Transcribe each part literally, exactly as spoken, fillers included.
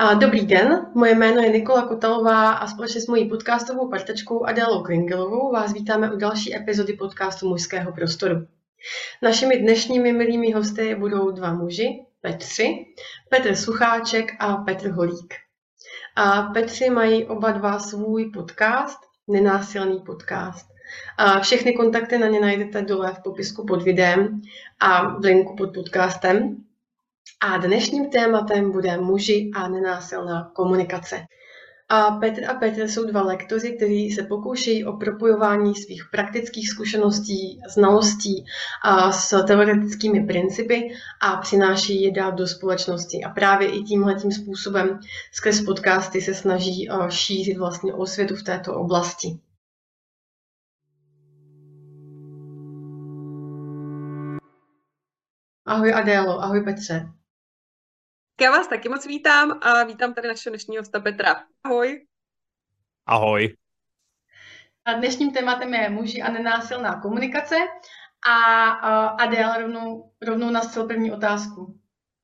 A dobrý den, moje jméno je Nikola Kotalová a společně s mojí podcastovou partečkou Adélou Kringelovou vás vítáme u další epizody podcastu Mužského prostoru. Našimi dnešními milými hosty budou dva muži, Petři, Petr Sucháček a Petr Holík. A Petři mají oba dva svůj podcast, Nenásilný podcast. A všechny kontakty na ně najdete dole v popisku pod videem a v linku pod podcastem. A dnešním tématem bude muži a nenásilná komunikace. A Petr a Petr jsou dva lektoři, kteří se pokoušejí o propojování svých praktických zkušeností, znalostí a s teoretickými principy a přináší je dál do společnosti. A právě i tímhletím způsobem skrz podcasty se snaží šířit vlastně osvětu v této oblasti. Ahoj Adélo, ahoj Petře. Já vás taky moc vítám a vítám tady našeho dnešního hosta Petra. Ahoj. Ahoj. A dnešním tématem je muži a nenásilná komunikace a Adél rovnou, rovnou nastřel první otázku.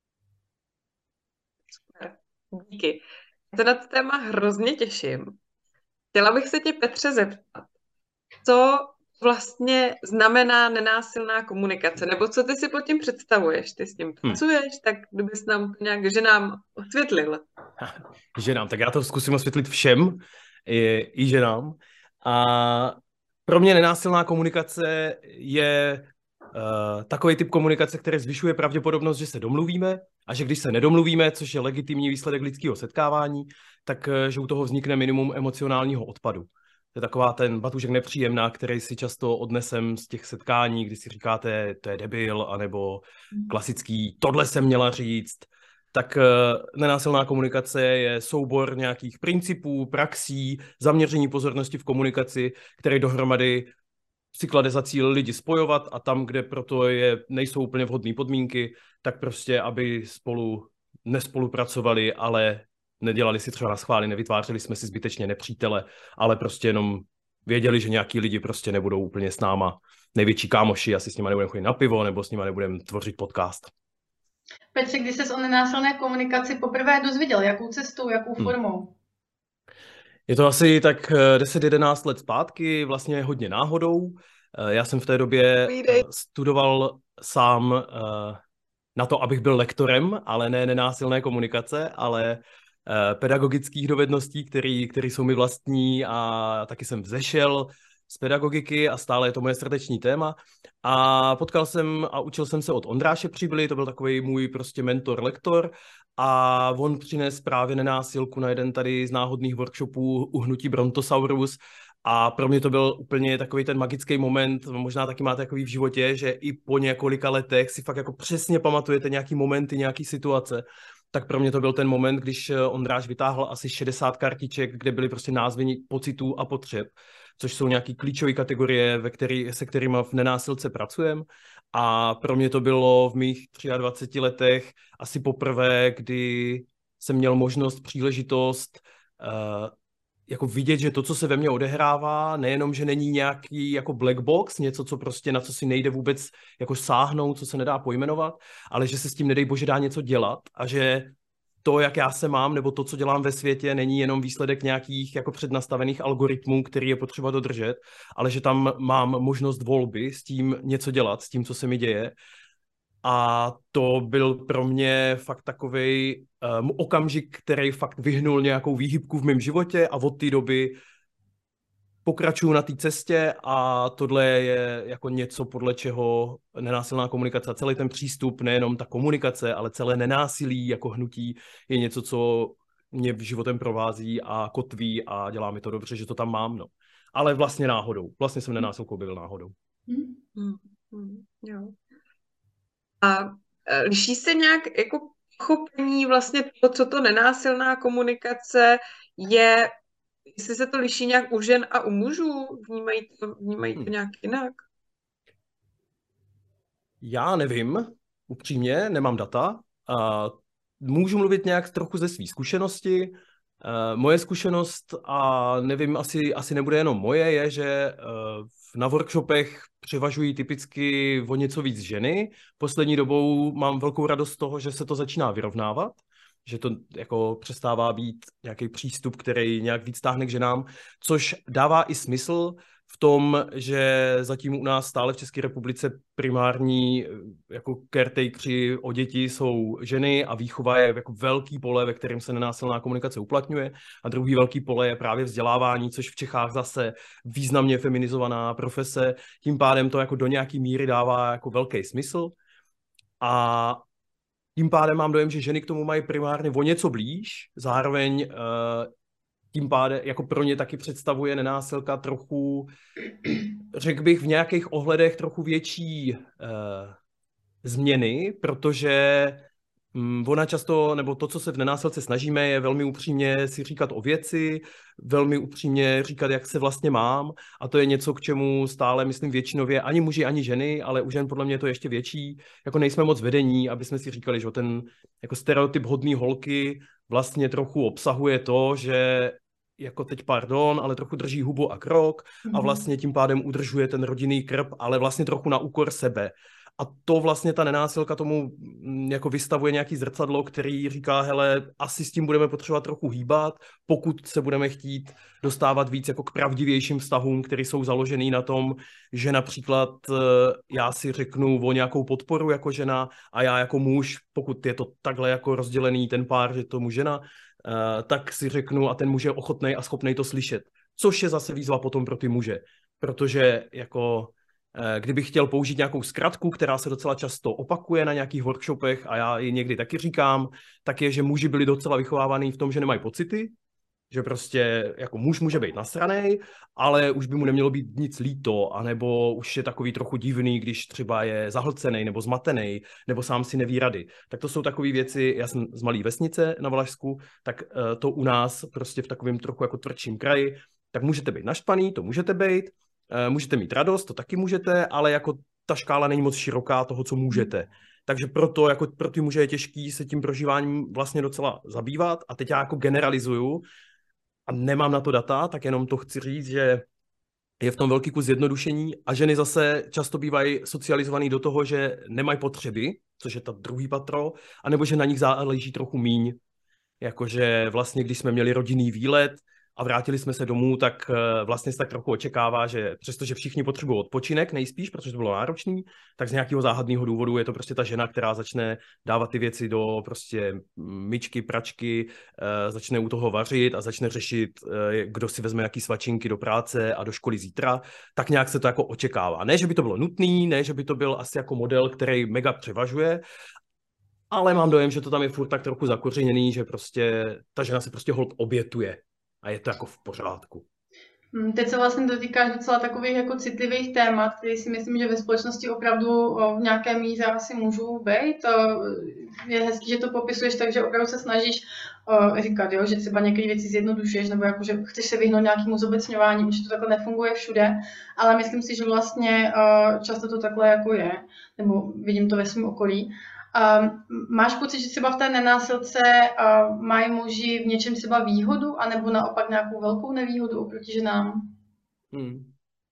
Super, díky. Já se na to téma hrozně těším. Chtěla bych se tě, Petře, zeptat, co vlastně znamená nenásilná komunikace, nebo co ty si pod tím představuješ, ty s tím pracuješ, hmm. tak kdybys nám to nějak ženám osvětlil. Ženám, tak já to zkusím osvětlit všem, i, i ženám. A pro mě nenásilná komunikace je uh, takový typ komunikace, který zvyšuje pravděpodobnost, že se domluvíme a že když se nedomluvíme, což je legitimní výsledek lidského setkávání, tak uh, že u toho vznikne minimum emocionálního odpadu. To je taková ten batůžek nepříjemná, který si často odnesem z těch setkání, kdy si říkáte, to je debil, anebo klasický, tohle jsem měla říct. Tak nenásilná komunikace je soubor nějakých principů, praxí, zaměření pozornosti v komunikaci, které dohromady si klade za cíl lidi spojovat a tam, kde proto je, nejsou úplně vhodné podmínky, tak prostě, aby spolu nespolupracovali, ale nedělali si třeba na schvály, nevytvářeli jsme si zbytečně nepřítele, ale prostě jenom věděli, že nějaký lidi prostě nebudou úplně s náma největší kámoši, asi s nima nebudeme chodit na pivo, nebo s nima nebudeme tvořit podcast. Petře, kdy ses o nenásilné komunikaci poprvé dozvěděl? Jakou cestou, jakou formou? Hmm. Je to asi tak deset jedenáct let zpátky, vlastně hodně náhodou. Já jsem v té době studoval sám na to, abych byl lektorem, ale ne nenásilné komunikace, ale pedagogických dovedností, které jsou mi vlastní a taky jsem vzešel z pedagogiky a stále je to moje srdeční téma. A potkal jsem a učil jsem se od Ondráše Přibily, to byl takový můj prostě mentor, lektor a on přines právě nenásilku na jeden tady z náhodných workshopů u hnutí Brontosaurus a pro mě to byl úplně takový ten magický moment, možná taky máte takový v životě, že i po několika letech si fakt jako přesně pamatujete nějaký momenty, nějaký situace. Tak pro mě to byl ten moment, když Ondráš vytáhl asi šedesát kartiček, kde byly prostě názvy pocitů a potřeb, což jsou nějaký klíčové kategorie, ve který, se kterými v nenásilce pracujeme. A pro mě to bylo v mých dvaceti třech letech asi poprvé, kdy jsem měl možnost, příležitost uh, jako vidět, že to, co se ve mně odehrává, nejenom, že není nějaký jako black box, něco, co prostě na co si nejde vůbec jako sáhnout, co se nedá pojmenovat, ale že se s tím, nedej bože, dá něco dělat a že to, jak já se mám, nebo to, co dělám ve světě, není jenom výsledek nějakých jako přednastavených algoritmů, který je potřeba dodržet, ale že tam mám možnost volby s tím něco dělat, s tím, co se mi děje. A to byl pro mě fakt takovej um, okamžik, který fakt vyhnul nějakou výhybku v mém životě a od té doby pokračuju na té cestě a tohle je jako něco, podle čeho nenásilná komunikace a celý ten přístup, nejenom ta komunikace, ale celé nenásilí jako hnutí je něco, co mě v životem provází a kotví a dělá mi to dobře, že to tam mám, no. Ale vlastně náhodou. Vlastně jsem nenásilku objevil náhodou. Hmm. Hmm. Jo. A liší se nějak jako pochopení vlastně to, co to nenásilná komunikace je, jestli se to liší nějak u žen a u mužů? Vnímají to, vnímají to nějak jinak? Já nevím, upřímně, nemám data. Uh, můžu mluvit nějak trochu ze své zkušenosti. Uh, moje zkušenost, a nevím, asi, asi nebude jenom moje, je, že uh, na workshopech převažují typicky o něco víc ženy. Poslední dobou mám velkou radost z toho, že se to začíná vyrovnávat. že to jako přestává být nějaký přístup, který nějak víc táhne k ženám, což dává i smysl v tom, že zatím u nás stále v České republice primární jako caretakeri o děti jsou ženy a výchova je jako velký pole, ve kterém se nenásilná komunikace uplatňuje, a druhý velký pole je právě vzdělávání, což v Čechách zase významně feminizovaná profese, tím pádem to jako do nějaký míry dává jako velký smysl. A tím pádem mám dojem, že ženy k tomu mají primárně o něco blíž, zároveň uh, tím pádem jako pro ně taky představuje nenásilka trochu, řekl bych, v nějakých ohledech trochu větší uh, změny, protože um, ona často, nebo to, co se v nenásilce snažíme, je velmi upřímně si říkat o věci, velmi upřímně říkat, jak se vlastně mám, a to je něco, k čemu stále, myslím, většinově ani muži, ani ženy, ale u žen podle mě je to ještě větší, jako nejsme moc vedení, aby jsme si říkali, že ten jako stereotyp hodný holky vlastně trochu obsahuje to, že jako teď pardon, ale trochu drží hubu a krok a vlastně tím pádem udržuje ten rodinný krb, ale vlastně trochu na úkor sebe. A to vlastně ta nenásilka tomu jako vystavuje nějaký zrcadlo, který říká, hele, asi s tím budeme potřebovat trochu hýbat, pokud se budeme chtít dostávat víc jako k pravdivějším vztahům, které jsou založený na tom, že například já si řeknu o nějakou podporu jako žena a já jako muž, pokud je to takhle jako rozdělený ten pár, že to muž žena, tak si řeknu a ten muž je ochotnej a schopnej to slyšet. Což je zase výzva potom pro ty muže, protože jako kdybych chtěl použít nějakou zkratku, která se docela často opakuje na nějakých workshopech a já ji někdy taky říkám, tak je, že muži byli docela vychovávaný v tom, že nemají pocity, že prostě jako muž může být nasranej, ale už by mu nemělo být nic líto, anebo už je takový trochu divný, když třeba je zahlcenej nebo zmatený, nebo sám si neví rady. Tak to jsou takové věci, já jsem z malé vesnice na Valašsku, tak to u nás prostě v takovém trochu jako tvrdším kraji, tak můžete být naštvaný, to můžete být, můžete mít radost, to taky můžete, ale jako ta škála není moc široká toho, co můžete. Takže proto jako pro ty muže je těžký se tím prožíváním vlastně docela zabývat. A teď já jako generalizuju a nemám na to data, tak jenom to chci říct, že je v tom velký kus zjednodušení a ženy zase často bývají socializovaný do toho, že nemají potřeby, což je ta druhý patro, anebo že na nich záleží trochu míň. Jakože vlastně, když jsme měli rodinný výlet a vrátili jsme se domů, tak vlastně se tak trochu očekává, že přestože všichni potřebují odpočinek nejspíš, protože to bylo náročný, tak z nějakého záhadného důvodu je to prostě ta žena, která začne dávat ty věci do prostě myčky, pračky, začne u toho vařit a začne řešit, kdo si vezme jaký svačinky do práce a do školy zítra, tak nějak se to jako očekává. Ne, že by to bylo nutný, ne, že by to byl asi jako model, který mega převažuje, ale mám dojem, že to tam je furt tak trochu zakořeněný, že prostě ta žena se prostě holt obětuje. A je to jako v pořádku. Teď se vlastně dotýkáš docela takových jako citlivých témat, které si myslím, že ve společnosti opravdu v nějaké míře asi můžou být. Je hezký, že to popisuješ, takže opravdu se snažíš říkat, jo, že třeba některé věci zjednodušuješ, nebo jako, že chceš se vyhnout nějakému zobecňování, že to takhle nefunguje všude, ale myslím si, že vlastně často to takhle jako je, nebo vidím to ve svém okolí. Uh, máš pocit, že třeba v té nenásilce uh, mají muži v něčem třeba výhodu, anebo naopak nějakou velkou nevýhodu oproti ženám? Hmm.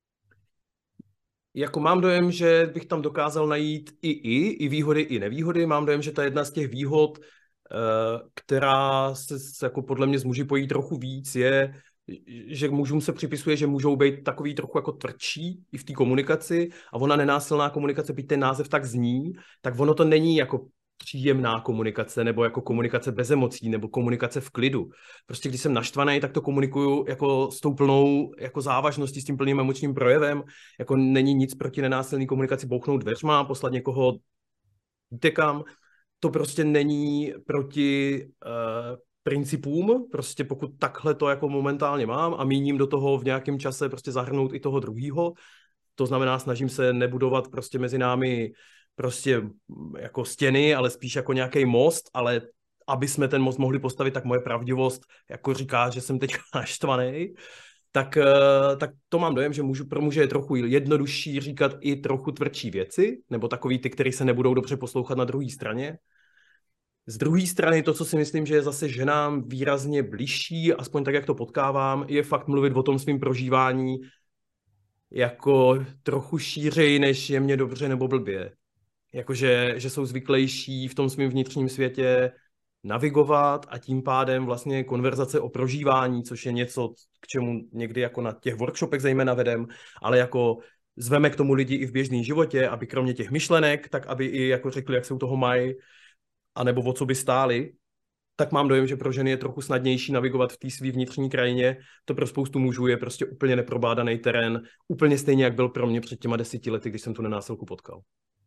Jako mám dojem, že bych tam dokázal najít i i, i výhody, i nevýhody. Mám dojem, že ta jedna z těch výhod, uh, která se jako podle mě s muži pojí trochu víc, je, že mužům se připisuje, že můžou být takový trochu jako tvrdší i v té komunikaci a ona nenásilná komunikace, byť ten název tak zní, tak ono to není jako příjemná komunikace nebo jako komunikace bez emocí nebo komunikace v klidu. Prostě když jsem naštvaný, tak to komunikuju jako s tou plnou jako závažností, s tím plným emočním projevem. Jako není nic proti nenásilné komunikaci bouchnout dveřma, poslat někoho utekam. To prostě není proti uh, principům, prostě pokud takhle to jako momentálně mám a míním do toho v nějakém čase prostě zahrnout i toho druhýho, to znamená snažím se nebudovat prostě mezi námi prostě jako stěny, ale spíš jako nějaký most, ale aby jsme ten most mohli postavit, tak moje pravdivost jako říká, že jsem teď naštvaný, tak, tak to mám dojem, že můžu, pro muže je trochu jednodušší říkat i trochu tvrdší věci, nebo takový ty, který se nebudou dobře poslouchat na druhé straně. Z druhé strany to, co si myslím, že je zase ženám výrazně bližší, aspoň tak, jak to potkávám, je fakt mluvit o tom svým prožívání jako trochu šířej, než je mně dobře nebo blbě. Jakože že jsou zvyklejší v tom svým vnitřním světě navigovat a tím pádem vlastně konverzace o prožívání, což je něco, k čemu někdy jako na těch workshopech zejména vedem, ale jako zveme k tomu lidi i v běžném životě, aby kromě těch myšlenek, tak aby i jako řekli, jak se u toho mají, anebo o co by stáli, tak mám dojem, že pro ženy je trochu snadnější navigovat v té své vnitřní krajině. To pro spoustu mužů je prostě úplně neprobádaný terén, úplně stejně, jak byl pro mě před těma deseti lety, když jsem tu nenásilku potkal.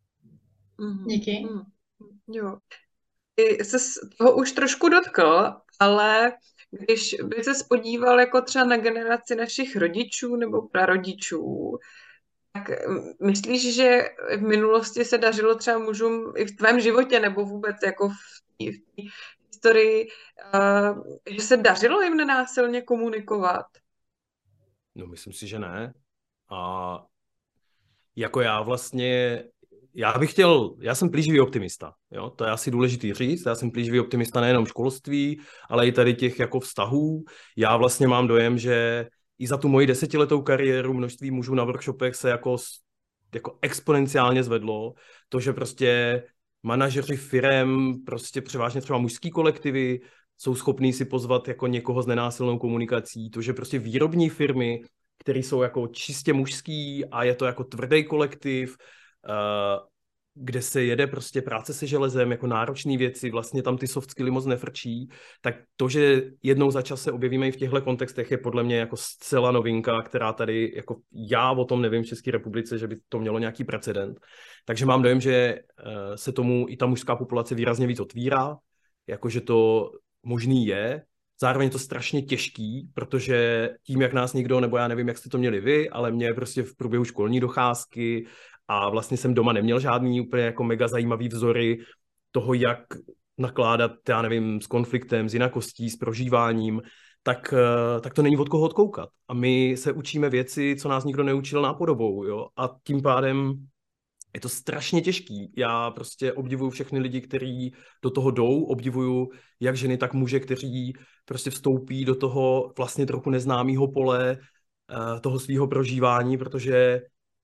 Díky. Mm, jo. Ty se toho už trošku dotkl, ale když by se spodíval jako třeba na generaci našich rodičů nebo prarodičů, tak myslíš, že v minulosti se dařilo třeba mužům i v tvém životě nebo vůbec jako v té historii, uh, že se dařilo jim nenásilně komunikovat? No, myslím si, že ne. A jako já vlastně, já bych chtěl, já jsem plíživý optimista, jo? To je asi důležitý říct, já jsem plíživý optimista nejenom školství, ale i tady těch jako vztahů. Já vlastně mám dojem, že i za tu moji desetiletou kariéru množství mužů na workshopech se jako, jako exponenciálně zvedlo. To, že prostě manažeři firem, prostě převážně třeba mužský kolektivy, jsou schopní si pozvat jako někoho s nenásilnou komunikací. To, že prostě výrobní firmy, které jsou jako čistě mužský a je to jako tvrdý kolektiv, uh, kde se jede prostě práce se železem, jako náročné věci, vlastně tam ty soft skilly moc nefrčí, tak to, že jednou za čas se objevíme i v těchto kontextech, je podle mě jako zcela novinka, která tady, jako já o tom nevím v České republice, že by to mělo nějaký precedent. Takže mám dojem, že uh, se tomu i ta mužská populace výrazně víc otvírá, jakože to možný je. Zároveň je to strašně těžký, protože tím, jak nás nikdo, nebo já nevím, jak jste to měli vy, ale mě prostě v průběhu školní docházky a vlastně jsem doma neměl žádný úplně jako mega zajímavý vzory toho, jak nakládat, já nevím, s konfliktem, s jinakostí, s prožíváním, tak, tak to není od koho odkoukat. A my se učíme věci, co nás nikdo neučil nápodobou, jo? A tím pádem je to strašně těžký. Já prostě obdivuju všechny lidi, kteří do toho jdou, obdivuju jak ženy, tak muže, kteří prostě vstoupí do toho vlastně trochu neznámého pole toho svého prožívání, protože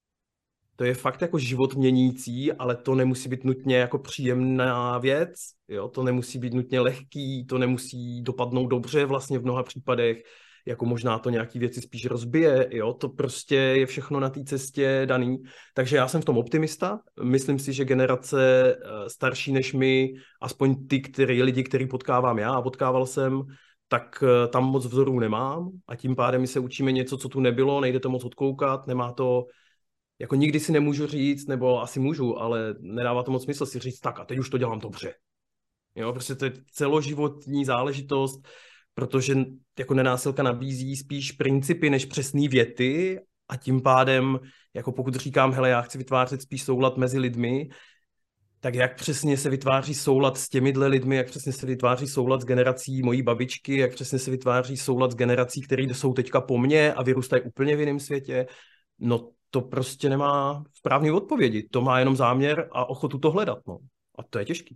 to je fakt jako život měnící, ale to nemusí být nutně jako příjemná věc, jo? To nemusí být nutně lehký, to nemusí dopadnout dobře vlastně v mnoha případech, jako možná to nějaký věci spíš rozbije, jo, to prostě je všechno na té cestě daný. Takže já jsem v tom optimista, myslím si, že generace starší než my, aspoň ty který, lidi, který potkávám já a potkával jsem, tak tam moc vzorů nemám a tím pádem my se učíme něco, co tu nebylo, nejde to moc odkoukat, nemá to, jako nikdy si nemůžu říct, nebo asi můžu, ale nedává to moc smysl si říct, tak a teď už to dělám dobře. Jo, prostě to je celoživotní záležitost, protože jako nenásilka nabízí spíš principy než přesné věty a tím pádem, jako pokud říkám, hele, já chci vytvářet spíš soulad mezi lidmi, tak jak přesně se vytváří soulad s těmihle lidmi, jak přesně se vytváří soulad s generací mojí babičky, jak přesně se vytváří soulad s generací, které jsou teďka po mně a vyrůstají úplně v jiném světě, no to prostě nemá správný odpovědi. To má jenom záměr a ochotu to hledat, no. A to je těžký.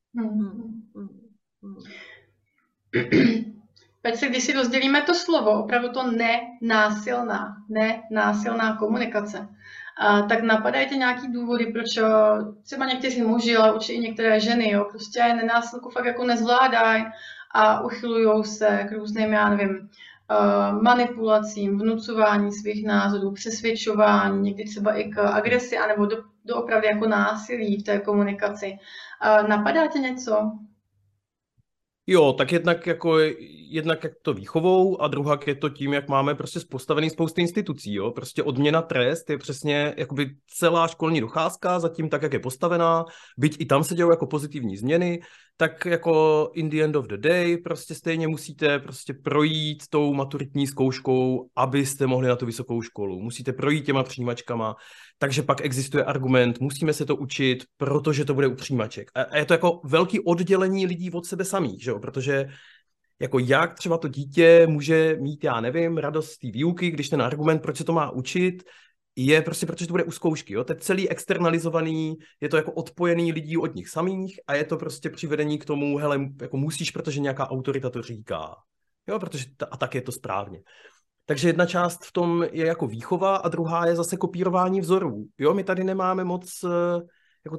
Petře, když si rozdělíme to slovo, opravdu to nenásilná, nenásilná komunikace, a tak napadají tě nějaký důvody, proč třeba někteří muži, ale určitě i některé ženy, jo, prostě nenásilku fakt jako nezvládají a uchylujou se k různým, já nevím, manipulacím, vnucování svých názorů, přesvědčování, někdy třeba i k agresi, anebo do, do opravdu jako násilí v té komunikaci. A napadá tě něco? Jo, tak jednak jako jednak jak to výchovou a druhak je to tím, jak máme prostě postavený spousty institucí, jo. Prostě odměna trest je přesně jakoby celá školní docházka, zatím tak, jak je postavená, byť i tam se dějou jako pozitivní změny, tak jako in the end of the day prostě stejně musíte prostě projít tou maturitní zkouškou, abyste mohli na tu vysokou školu. Musíte projít těma přijímačkama, takže pak existuje argument, musíme se to učit, protože to bude u přijímaček. A je to jako velký oddělení lidí od sebe samých, že jo? Protože jako jak třeba to dítě může mít, já nevím, radost z té výuky, když ten argument, proč se to má učit, je prostě, protože to bude u zkoušky. Jo? To je celý externalizovaný, je to jako odpojený lidí od nich samých a je to prostě přivedení k tomu, hele, jako musíš, protože nějaká autorita to říká. Jo, protože ta, a tak je to správně. Takže jedna část v tom je jako výchova a druhá je zase kopírování vzorů. Jo, my tady nemáme moc jako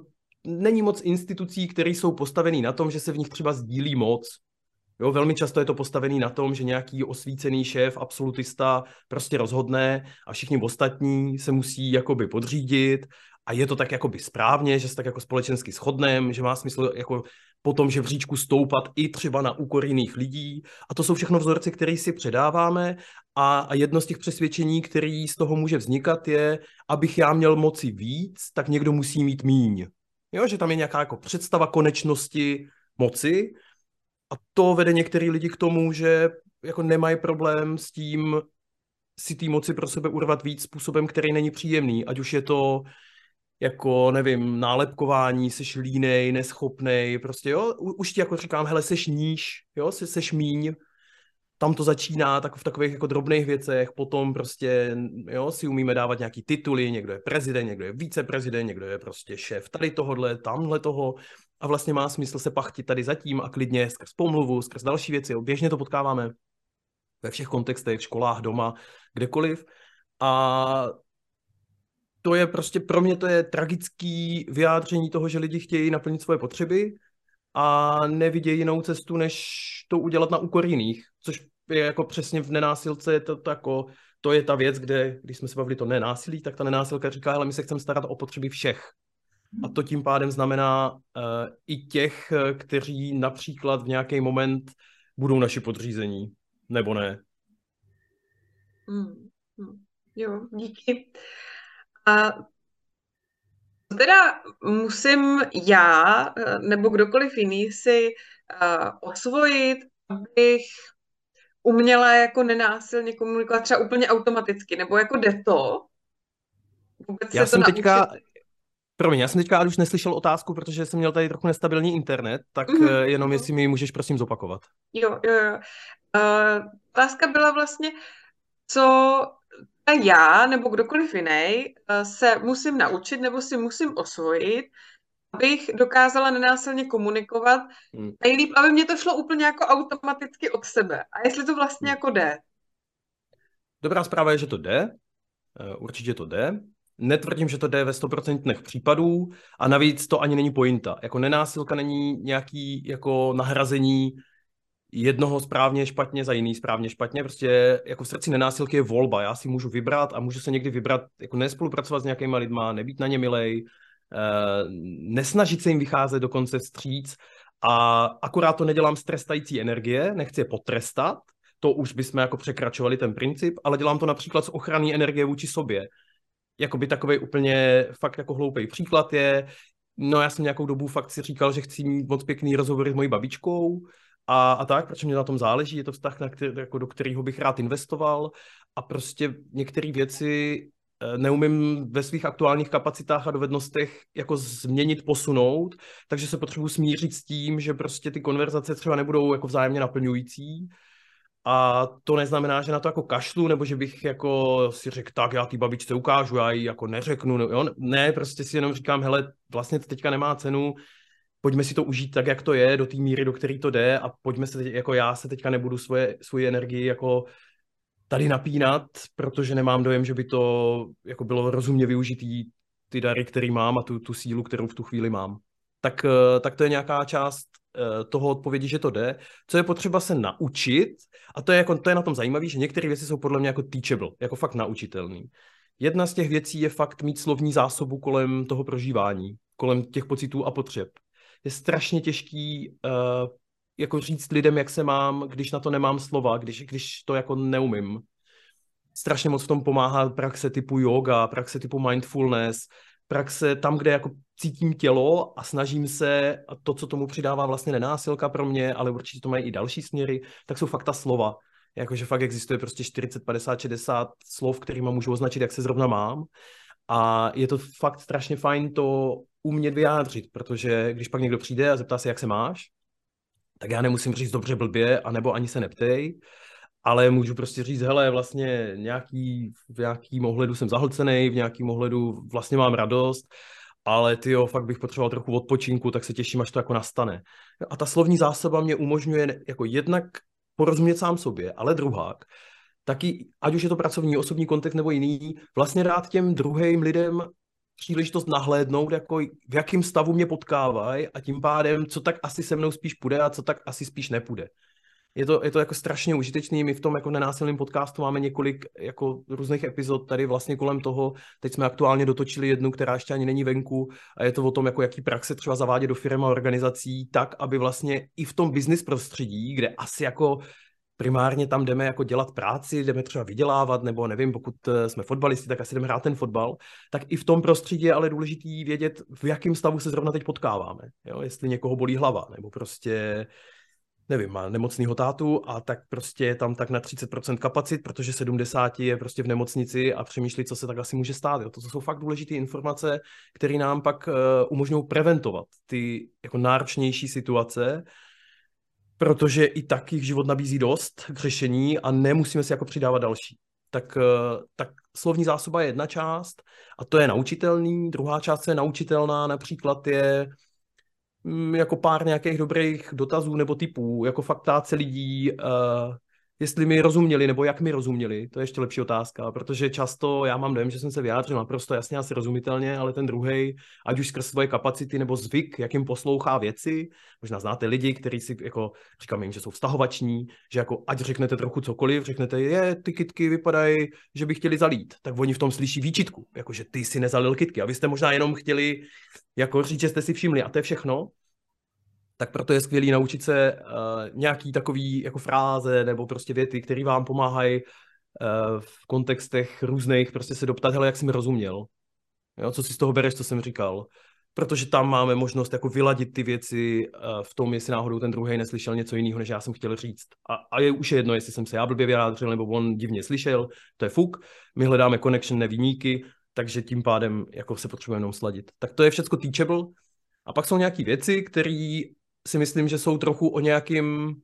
není moc institucí, které jsou postavený na tom, že se v nich třeba sdílí moc. Jo, velmi často je to postavený na tom, že nějaký osvícený šéf, absolutista prostě rozhodne a všichni ostatní se musí jakoby podřídit a je to tak jakoby správně, že se tak jako společensky shodneme, že má smysl jako po tom žebříčku stoupat i třeba na úkor jiných lidí a to jsou všechno vzorce, které si předáváme a, a jedno z těch přesvědčení, který z toho může vznikat je, abych já měl moci víc, tak někdo musí mít míň. Jo, že tam je nějaká jako představa konečnosti moci. A to vede některý lidi k tomu, že jako nemají problém s tím si té moci pro sebe urvat víc způsobem, který není příjemný. Ať už je to jako, nevím, nálepkování, seš línej, neschopnej, prostě jo, už ti jako říkám, hele, seš níž, jo, seš míň, tam to začíná tak v takových jako drobných věcech, potom prostě, jo, si umíme dávat nějaký tituly, někdo je prezident, někdo je viceprezident, někdo je prostě šéf tady tohodle, tamhle toho a vlastně má smysl se pachtit tady zatím a klidně skrz pomluvu, skrz další věci, jo. Běžně to potkáváme ve všech kontextech, v školách, doma, kdekoliv a to je prostě, pro mě to je tragický vyjádření toho, že lidi chtějí naplnit svoje potřeby a nevidějí jinou cestu, než to udělat na úkor jiných, což je jako přesně v nenásilce, to, to, jako, to je ta věc, kde, když jsme se bavili to nenásilí, tak ta nenásilka říká, hele, my se chceme starat o potřeby všech. A to tím pádem znamená uh, i těch, kteří například v nějaký moment budou naši podřízení, nebo ne. Hmm. Hmm. Jo, díky. A teda musím já, nebo kdokoliv jiný si uh, osvojit, abych uměla jako nenásilně komunikovat třeba úplně automaticky, nebo jako jde to? Vůbec Já se jsem to teďka, naučit? promiň, já jsem teďka už neslyšel otázku, protože jsem měl tady trochu nestabilní internet, tak Mm-hmm. jenom jestli mi ji můžeš prosím zopakovat. Jo, jo, jo. Uh, otázka byla vlastně, co já nebo kdokoliv jiný uh, se musím naučit nebo si musím osvojit, abych dokázala nenásilně komunikovat. Hmm. Nejlíp, aby mě to šlo úplně jako automaticky od sebe. A jestli to vlastně hmm. jako jde? Dobrá zpráva je, že to jde. Určitě to jde. Netvrdím, že to jde ve sto procent případů a navíc to ani není pointa. Jako nenásilka není nějaký jako nahrazení jednoho správně špatně za jiný správně špatně. Prostě jako v srdci nenásilky je volba. Já si můžu vybrat a můžu se někdy vybrat jako nespolupracovat s nějakýma lidma, nebýt na ně milej, eh, nesnažit se jim vycházet dokonce vstříc a akorát to nedělám z trestající energie, nechci je potrestat, to už bychom jako překračovali ten princip, ale dělám to například z ochranné energie vůči sobě. Jakoby takovej úplně fakt jako hloupej příklad je, no já jsem nějakou dobu fakt si říkal, že chci mít moc pěkný rozhovory s mojí babičkou a, a tak, protože mě na tom záleží, je to vztah, na který, jako do kterého bych rád investoval a prostě některé věci neumím ve svých aktuálních kapacitách a dovednostech jako změnit, posunout, takže se potřebuji smířit s tím, že prostě ty konverzace třeba nebudou jako vzájemně naplňující. A to neznamená, že na to jako kašlu, nebo že bych jako si řekl, tak já té babičce ukážu, já ji jako neřeknu, jo? Ne, prostě si jenom říkám, hele, vlastně to teďka nemá cenu, pojďme si to užít tak, jak to je, do té míry, do které to jde a pojďme se teď, jako já se teďka nebudu svoje, svoji energii jako tady napínat, protože nemám dojem, že by to jako bylo rozumně využitý ty dary, který mám a tu, tu sílu, kterou v tu chvíli mám. Tak, tak to je nějaká část toho odpovědi, že to jde. Co je potřeba se naučit, a to je, jako, to je na tom zajímavé, že některé věci jsou podle mě jako teachable, jako fakt naučitelný. Jedna z těch věcí je fakt mít slovní zásobu kolem toho prožívání, kolem těch pocitů a potřeb. Je strašně těžký uh, jako říct lidem, jak se mám, když na to nemám slova, když, když to jako neumím. Strašně moc v tom pomáhá praxe typu yoga, praxe typu mindfulness, praxe tam, kde jako cítím tělo a snažím se, a to, co tomu přidává vlastně nenásilka pro mě, ale určitě to mají i další směry, tak jsou fakt ta slova. Jakože fakt existuje prostě čtyřicet, padesát, šedesát slov, kterýma můžu označit, jak se zrovna mám. A je to fakt strašně fajn to umět vyjádřit, protože když pak někdo přijde a zeptá se, jak se máš, tak já nemusím říct dobře blbě, anebo ani se neptej, ale můžu prostě říct, hele, vlastně nějaký, v nějakým ohledu jsem zahlcenej, v nějakým ohledu vlastně mám radost, ale tyjo, fakt bych potřeboval trochu odpočinku, tak se těším, až to jako nastane. A ta slovní zásoba mě umožňuje jako jednak porozumět sám sobě, ale druhák, taky, ať už je to pracovní, osobní kontext nebo jiný, vlastně dát těm druhým lidem příležitost nahlédnout, jako v jakém stavu mě potkávají a tím pádem, co tak asi se mnou spíš půjde a co tak asi spíš nepůjde. Je to, je to jako strašně užitečný, my v tom jako nenásilném podcastu máme několik jako různých epizod tady vlastně kolem toho, teď jsme aktuálně dotočili jednu, která ještě ani není venku a je to o tom, jako jaký praxe třeba zavádět do firem a organizací, tak, aby vlastně i v tom business prostředí, kde asi jako primárně tam jdeme jako dělat práci, jdeme třeba vydělávat, nebo nevím, pokud jsme fotbalisti, tak asi jdeme hrát ten fotbal, tak i v tom prostředí je ale důležitý vědět, v jakém stavu se zrovna teď potkáváme. Jo? Jestli někoho bolí hlava, nebo prostě nevím, má nemocnýho tátu a tak prostě je tam tak na třicet procent kapacit, protože sedmdesát je prostě v nemocnici a přemýšlí, co se tak asi může stát. Jo. To jsou fakt důležité informace, které nám pak uh, umožňují preventovat ty jako náročnější situace, protože i tak jich život nabízí dost k řešení a nemusíme si jako přidávat další. Tak, uh, tak slovní zásoba je jedna část a to je naučitelný. Druhá část, co je naučitelná, například je jako pár nějakých dobrých dotazů nebo typů, jako fakt ptát se lidí, uh, jestli mi rozuměli, nebo jak mi rozuměli, to je ještě lepší otázka, protože často já mám dojem, že jsem se vyjádřil naprosto jasně, asi rozumitelně, ale ten druhej, ať už skrz svoje kapacity nebo zvyk, jak jim poslouchá věci, možná znáte lidi, kteří si jako, říkám jim, že jsou vztahovační, že jako ať řeknete trochu cokoliv, řeknete, je, ty kytky vypadají, že by chtěli zalít, tak oni v tom slyší výčitku, jako že ty si nezalil kytky a vy jste možná jenom chtěli jako říct, že jste si všimli a to je všechno. Tak proto je skvělý naučit se uh, nějaký takový jako fráze nebo prostě věty, které vám pomáhají uh, v kontextech různých, prostě se doptat, hele, jak jsi mi rozuměl. Jo, co si z toho bereš, co jsem říkal. Protože tam máme možnost jako vyladit ty věci uh, v tom, jestli náhodou ten druhý neslyšel něco jiného, než já jsem chtěl říct. A, a je už jedno, jestli jsem se já blbě vyjádřil, nebo on divně slyšel, to je fuk. My hledáme connection, ne viníky, takže tím pádem jako se potřebujeme jenom sladit. Tak to je všecko teachable. A pak jsou nějaké věci, které si myslím, že jsou trochu o nějakým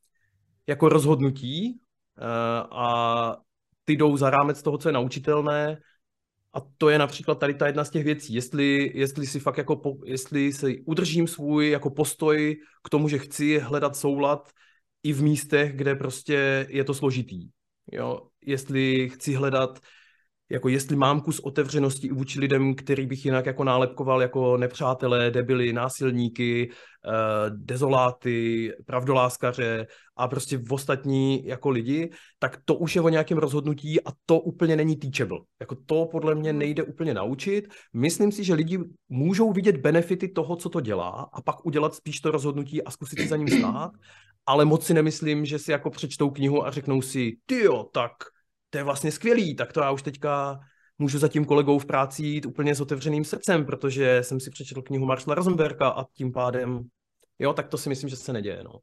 jako rozhodnutí uh, a ty jdou za rámec toho, co je naučitelné a to je například tady ta jedna z těch věcí, jestli, jestli si fakt jako, po, jestli si udržím svůj jako postoj k tomu, že chci hledat soulad i v místech, kde prostě je to složitý, jo, jestli chci hledat jako jestli mám kus otevřenosti i vůči lidem, který bych jinak jako nálepkoval jako nepřátelé, debily, násilníky, uh, dezoláty, pravdoláskaře a prostě v ostatní jako lidi, tak to už je o nějakém rozhodnutí a to úplně není teachable. Jako to podle mě nejde úplně naučit. Myslím si, že lidi můžou vidět benefity toho, co to dělá a pak udělat spíš to rozhodnutí a zkusit si za ním stát, ale moc si nemyslím, že si jako přečtou knihu a řeknou si, tyjo, tak to je vlastně skvělý, tak to já už teďka můžu za tím kolegou v práci jít úplně s otevřeným srdcem, protože jsem si přečetl knihu Marshalla Rosenberga a tím pádem, jo, tak to si myslím, že se neděje, no.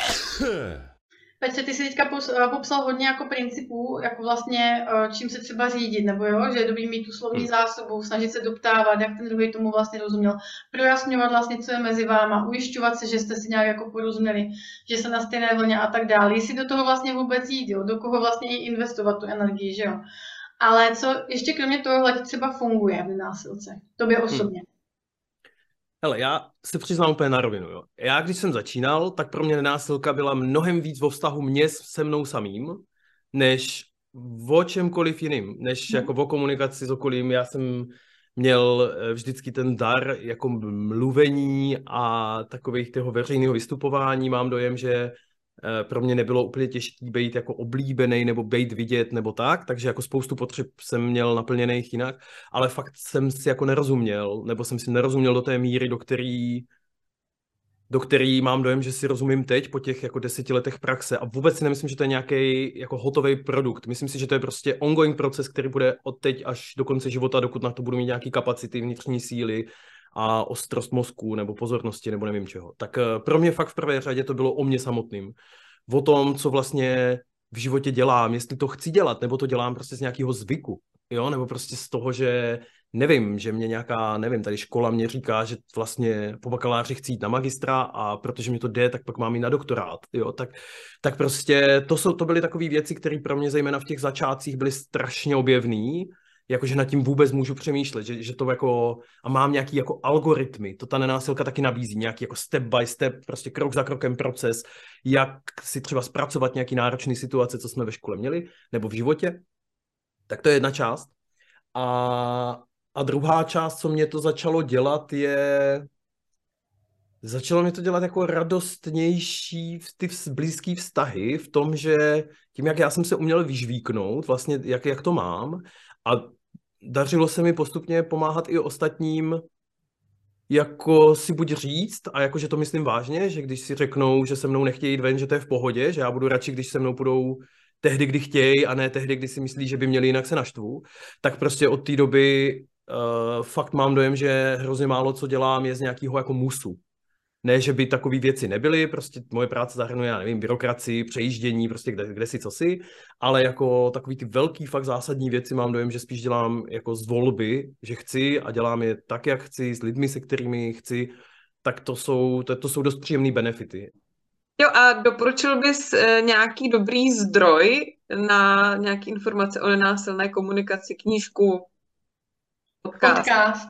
Petře, ty jsi teďka popsal hodně jako principů, jako vlastně čím se třeba řídit, nebo jo, že je dobrý mít tu slovní zásobu, snažit se doptávat, jak ten druhý tomu vlastně rozuměl, projasňovat vlastně, co je mezi váma, ujišťovat se, že jste si nějak jako porozuměli, že se na stejné vlně a tak dále. Jestli do toho vlastně vůbec jít, jo, do koho vlastně i investovat tu energii, že jo. Ale co ještě kromě tohohle třeba funguje v nenásilce, tobě osobně? Hmm. Hele, já se přiznám úplně na rovinu, jo. Já, když jsem začínal, tak pro mě nenásilka byla mnohem víc vo vztahu mě se mnou samým, než o čemkoliv jiným, než hmm. jako o komunikaci s okolím. Já jsem měl vždycky ten dar jako mluvení a takových toho veřejného vystupování. Mám dojem, že pro mě nebylo úplně těžké být jako oblíbený nebo být vidět nebo tak, takže jako spoustu potřeb jsem měl naplněných jinak, ale fakt jsem si jako nerozuměl, nebo jsem si nerozuměl do té míry, do který, do který mám dojem, že si rozumím teď po těch jako deseti letech praxe a vůbec si nemyslím, že to je nějaký jako hotový produkt. Myslím si, že to je prostě ongoing proces, který bude od teď až do konce života, dokud na to budu mít nějaký kapacity, vnitřní síly a ostrost mozku nebo pozornosti nebo nevím čeho. Tak pro mě fakt v prvé řadě to bylo o mě samotným. O tom, co vlastně v životě dělám, jestli to chci dělat, nebo to dělám prostě z nějakého zvyku, jo, nebo prostě z toho, že nevím, že mě nějaká, nevím, tady škola mě říká, že vlastně po bakaláři chci jít na magistra a protože mi to jde, tak pak mám jít na doktorát, jo, tak, tak prostě to, jsou, to byly takové věci, které pro mě zejména v těch začátcích byly strašně objevný, jakože nad tím vůbec můžu přemýšlet, že, že to jako, a mám nějaký jako algoritmy, to ta nenásilka taky nabízí, nějaký jako step by step, prostě krok za krokem proces, jak si třeba zpracovat nějaký náročný situace, co jsme ve škole měli, nebo v životě, tak to je jedna část. A a druhá část, co mě to začalo dělat, je... Začalo mě to dělat jako radostnější v ty blízký vztahy v tom, že tím, jak já jsem se uměl vyžvíknout, vlastně jak, jak to mám, a dařilo se mi postupně pomáhat i ostatním, jako si buď říct, a jako, že to myslím vážně, že když si řeknou, že se mnou nechtějí jít ven, že to je v pohodě, že já budu radši, když se mnou půjdou tehdy, kdy chtějí, a ne tehdy, kdy si myslí, že by měli, jinak se naštvu, tak prostě od té doby uh, fakt mám dojem, že hrozně málo co dělám je z nějakého jako musu. Ne, že by takové věci nebyly, prostě moje práce zahrnuje, já nevím, byrokracii, přejíždění, prostě kde, kde si, co si, ale jako takový ty velký, fakt zásadní věci mám dojem, že spíš dělám jako z volby, že chci a dělám je tak, jak chci, s lidmi, se kterými chci, tak to jsou, to, to jsou dost příjemné benefity. Jo, a doporučil bys nějaký dobrý zdroj na nějaké informace o nenásilné komunikaci, knížku, podcast? Podcast.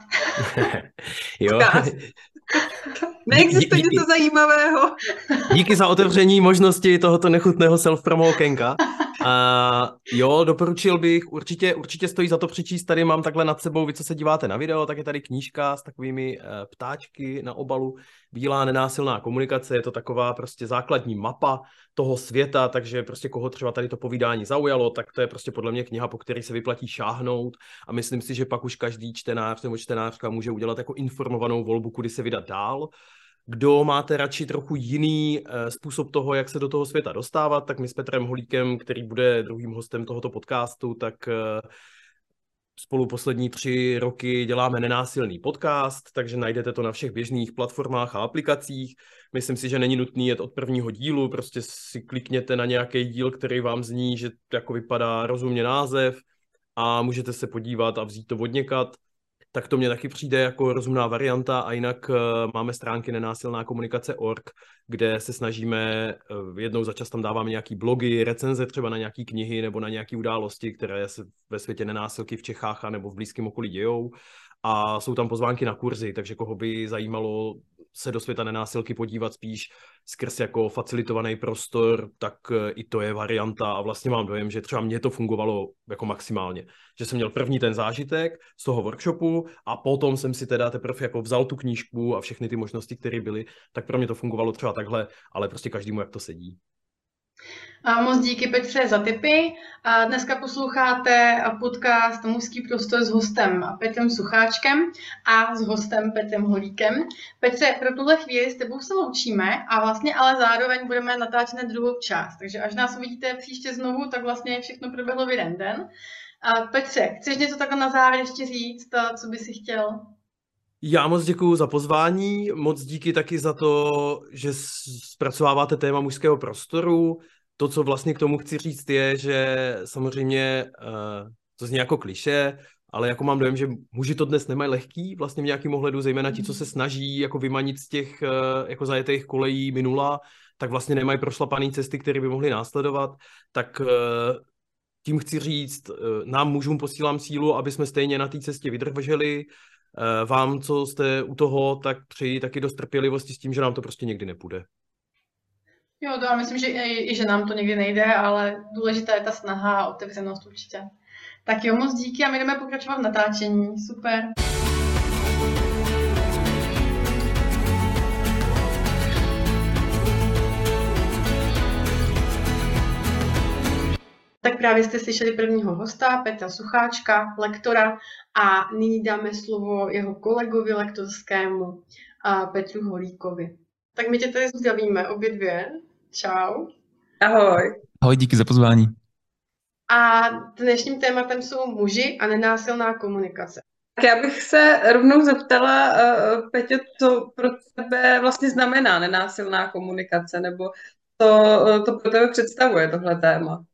Jo. Podcast. Neexistuje něco zajímavého. Díky za otevření možnosti tohoto nechutného self-promo okénka. Uh, jo, doporučil bych, určitě, určitě stojí za to přečíst, tady mám takhle nad sebou, vy co se díváte na video, tak je tady knížka s takovými uh, ptáčky na obalu, Bílá nenásilná komunikace, je to taková prostě základní mapa toho světa, takže prostě koho třeba tady to povídání zaujalo, tak to je prostě podle mě kniha, po které se vyplatí šáhnout, a myslím si, že pak už každý čtenář nebo čtenářka může udělat jako informovanou volbu, kudy se vydat dál. Kdo máte radši trochu jiný uh, způsob toho, jak se do toho světa dostávat, tak my s Petrem Holíkem, který bude druhým hostem tohoto podcastu, tak uh, spolu poslední tři roky děláme nenásilný podcast, takže najdete to na všech běžných platformách a aplikacích. Myslím si, že není nutný jet od prvního dílu, prostě si klikněte na nějaký díl, který vám zní, že jako vypadá rozumně název, a můžete se podívat a vzít to odněkat. Tak to mně taky přijde jako rozumná varianta, a jinak uh, máme stránky nenásilná komunikace tečka org, kde se snažíme, uh, jednou za čas tam dáváme nějaký blogy, recenze třeba na nějaký knihy nebo na nějaké události, které se ve světě nenásilky v Čechách a nebo v blízkém okolí dějou, a jsou tam pozvánky na kurzy, takže koho by zajímalo se do světa nenásilky podívat spíš skrz jako facilitovaný prostor, tak i to je varianta, a vlastně mám dojem, že třeba mně to fungovalo jako maximálně. Že jsem měl první ten zážitek z toho workshopu a potom jsem si teda teprve jako vzal tu knížku a všechny ty možnosti, které byly, tak pro mě to fungovalo třeba takhle, ale prostě každému, jak to sedí. A moc díky, Petře, za tipy. A dneska posloucháte podcast Mužský prostor s hostem Petrem Sucháčkem a s hostem Petrem Holíkem. Petře, pro tuhle chvíli s tebou se loučíme a vlastně ale zároveň budeme natáčet druhou část. Takže až nás uvidíte příště znovu, tak vlastně všechno proběhlo v jeden den. A Petře, chceš něco takhle na závěr ještě říct, co by si chtěl? Já moc děkuju za pozvání, moc díky taky za to, že zpracováváte téma mužského prostoru. To, co vlastně k tomu chci říct, je, že samozřejmě to zní jako klišé, ale jako mám dojem, že muži to dnes nemají lehký vlastně v nějakém ohledu, zejména ti, co se snaží jako vymanit z těch jako zajetých kolejí minula, tak vlastně nemají prošlapaný cesty, které by mohly následovat. Tak tím chci říct, nám mužům posílám sílu, aby jsme stejně na té cestě vydrželi. Vám, co jste u toho, tak přeji taky dost trpělivosti s tím, že nám to prostě někdy nepůjde. Jo, to já myslím, že i, i že nám to někdy nejde, ale důležitá je ta snaha a otevřenost určitě. Tak jo, moc díky a my jdeme pokračovat v natáčení. Super. Tak právě jste slyšeli prvního hosta, Petra Sucháčka, lektora, a nyní dáme slovo jeho kolegovi lektorskému, Petru Holíkovi. Tak my tě tady zdravíme obě dvě. Čau. Ahoj. Ahoj, díky za pozvání. A dnešním tématem jsou muži a nenásilná komunikace. Tak já bych se rovnou zeptala, uh, Peťo, co pro tebe vlastně znamená nenásilná komunikace, nebo co uh, to pro tebe představuje tohle téma?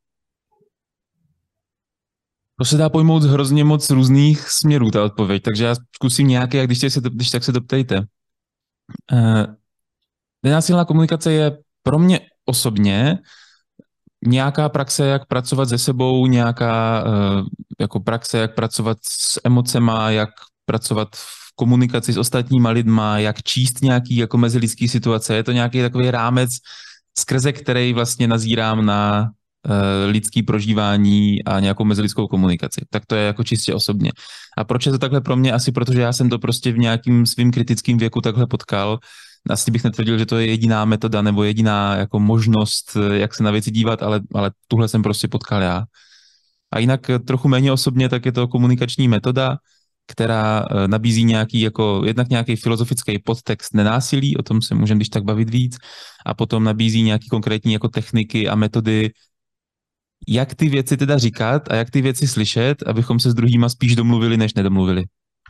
To se dá pojmout hrozně moc různých směrů, ta odpověď, takže já zkusím nějaké, a když, se, když tak se doptejte. Uh, nenásilná komunikace je pro mě osobně nějaká praxe, jak pracovat se sebou, nějaká uh, jako praxe, jak pracovat s emocema, jak pracovat v komunikaci s ostatníma lidma, jak číst nějaký jako mezilidský situace. Je to nějaký takový rámec, skrze který vlastně nazírám na lidský prožívání a nějakou mezilidskou komunikaci. Tak to je jako čistě osobně. A proč je to takhle pro mě? Asi protože já jsem to prostě v nějakým svým kritickým věku takhle potkal. Asi bych netvrdil, že to je jediná metoda nebo jediná jako možnost, jak se na věci dívat, ale, ale tuhle jsem prostě potkal já. A jinak trochu méně osobně, tak je to komunikační metoda, která nabízí nějaký, jako, jednak nějaký filozofický podtext nenásilí, o tom se můžeme když tak bavit víc, a potom nabízí nějaký konkrétní jako techniky a metody, jak ty věci teda říkat a jak ty věci slyšet, abychom se s druhýma spíš domluvili, než nedomluvili.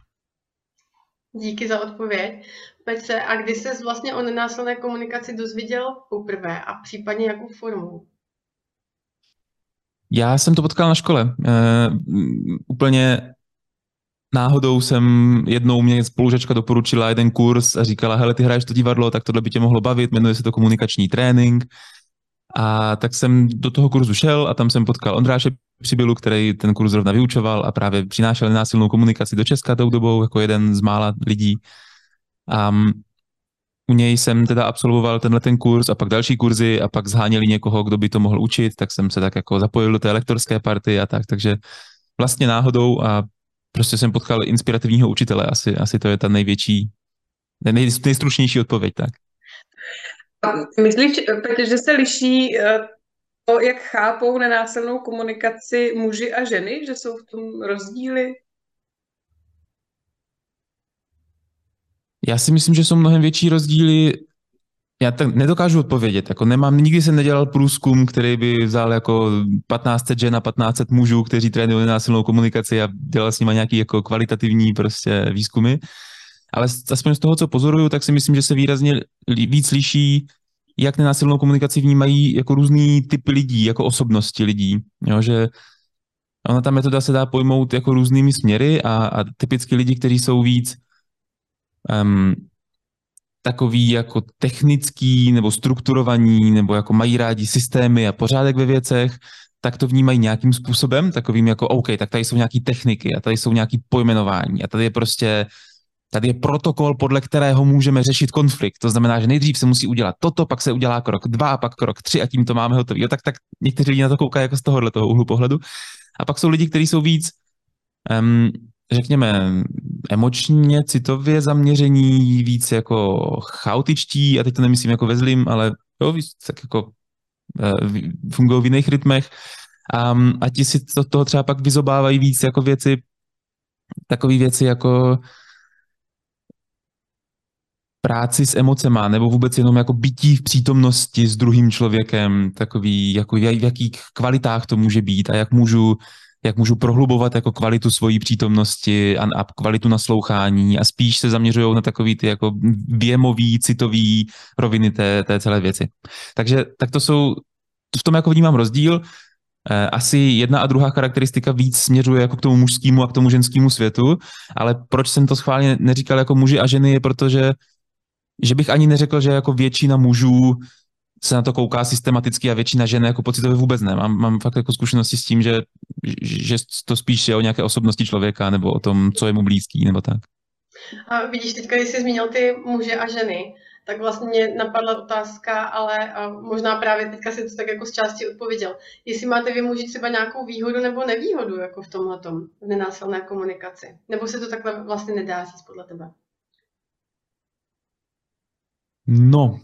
Díky za odpověď. Petře, a kdy ses vlastně o nenásilné komunikaci dozvěděl poprvé a případně jakou formou? Já jsem to potkal na škole. E, úplně náhodou jsem jednou mě spolužačka doporučila jeden kurz a říkala, hele, ty hraješ to divadlo, tak tohle by tě mohlo bavit, jmenuje se to komunikační trénink. A tak jsem do toho kurzu šel a tam jsem potkal Ondráše Přibylu, který ten kurz zrovna vyučoval a právě přinášel nenásilnou komunikaci do Česka tou dobou jako jeden z mála lidí. A u něj jsem teda absolvoval tenhle ten kurz a pak další kurzy a pak zháněli někoho, kdo by to mohl učit, tak jsem se tak jako zapojil do té lektorské party a tak, takže vlastně náhodou a prostě jsem potkal inspirativního učitele, asi, asi to je ta největší, nej, nejstručnější odpověď, tak. Myslíš, Petě, že se liší to, jak chápou nenásilnou komunikaci muži a ženy, že jsou v tom rozdíly? Já si myslím, že jsou mnohem větší rozdíly. Já tak nedokážu odpovědět. Jako nemám, nikdy jsem nedělal průzkum, který by vzal jako patnáct set žen a patnáct set mužů, kteří trénují nenásilnou komunikaci a dělal s nimi nějaký jako kvalitativní prostě výzkumy. Ale aspoň z toho, co pozoruju, tak si myslím, že se výrazně víc liší, jak nenásilnou komunikaci vnímají jako různý typy lidí, jako osobnosti lidí. Jo, že ona ta metoda se dá pojmout jako různými směry a, a typicky lidi, kteří jsou víc um, takový jako technický nebo strukturovaní, nebo jako mají rádi systémy a pořádek ve věcech, tak to vnímají nějakým způsobem, takovým jako OK, tak tady jsou nějaký techniky a tady jsou nějaký pojmenování a tady je prostě tady je protokol, podle kterého můžeme řešit konflikt. To znamená, že nejdřív se musí udělat toto, pak se udělá krok dva, pak krok tři a tím to máme hotový. Jo, tak, tak někteří lidi na to koukají jako z tohohle toho úhlu pohledu. A pak jsou lidi, kteří jsou víc, um, řekněme, emočně, citově zaměření, víc jako chaotičtí, a teď to nemyslím jako ve zlým, ale jo, víc, tak jako uh, fungují v jiných rytmech. Um, a ti si to, toho třeba pak vyzobávají víc jako věci, takové věci jako práci s emocema, nebo vůbec jenom jako bytí v přítomnosti s druhým člověkem, takový, jako v jakých kvalitách to může být a jak můžu, jak můžu prohlubovat jako kvalitu svojí přítomnosti a, a kvalitu naslouchání a spíš se zaměřují na takový ty jako věmový, citový roviny té, té celé věci. Takže tak to jsou, v tom jako vnímám rozdíl. Asi jedna a druhá charakteristika víc směřuje jako k tomu mužskému a k tomu ženskému světu, ale proč jsem to schválně neříkal jako muži a ženy, je protože že bych ani neřekl, že jako většina mužů se na to kouká systematicky a většina žen jako pocitově vůbec ne. Mám, mám fakt jako zkušenosti s tím, že, že to spíš je o nějaké osobnosti člověka nebo o tom, co je mu blízký nebo tak. A vidíš, teďka, když jsi zmínil ty muže a ženy, tak vlastně mě napadla otázka, ale možná právě teďka si to tak jako z části odpověděl. Jestli máte vy muži třeba nějakou výhodu nebo nevýhodu jako v tomhletom, v nenásilné komunikaci? Nebo se to takhle vlastně nedá říct podle tebe? No.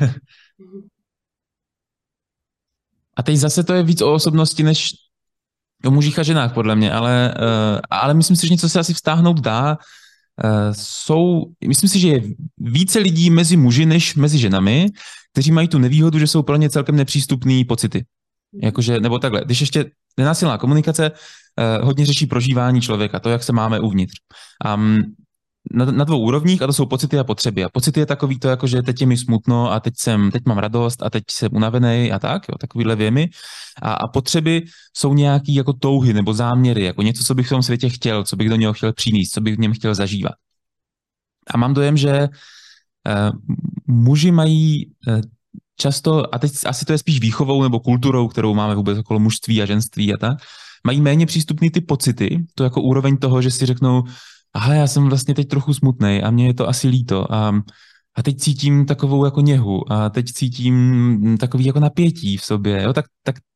A teď zase to je víc o osobnosti než o mužích a ženách, podle mě, ale, uh, ale myslím si, že něco se asi vztáhnout dá. Uh, jsou, myslím si, že je více lidí mezi muži než mezi ženami, kteří mají tu nevýhodu, že jsou pro ně celkem nepřístupný pocity. Jakože, nebo takhle, když ještě nenásilná komunikace uh, hodně řeší prožívání člověka, to, jak se máme uvnitř. Um, Na, na dvou úrovních, a to jsou pocity a potřeby. A pocity je takový to, jako že teď je mi smutno a teď jsem, teď mám radost a teď jsem unavený a tak, jo, takovýhle věmy. A, a potřeby jsou nějaký jako touhy nebo záměry, jako něco, co bych v tom světě chtěl, co bych do něho chtěl přinést, co bych v něm chtěl zažívat. A mám dojem, že uh, muži mají uh, často, a teď asi to je spíš výchovou nebo kulturou, kterou máme vůbec okolo mužství a ženství a tak, mají méně přístupný ty pocity, to jako úroveň toho, že si řeknou, aha, já jsem vlastně teď trochu smutnej a mně je to asi líto a, a teď cítím takovou jako něhu a teď cítím takový jako napětí v sobě, jo, tak, tak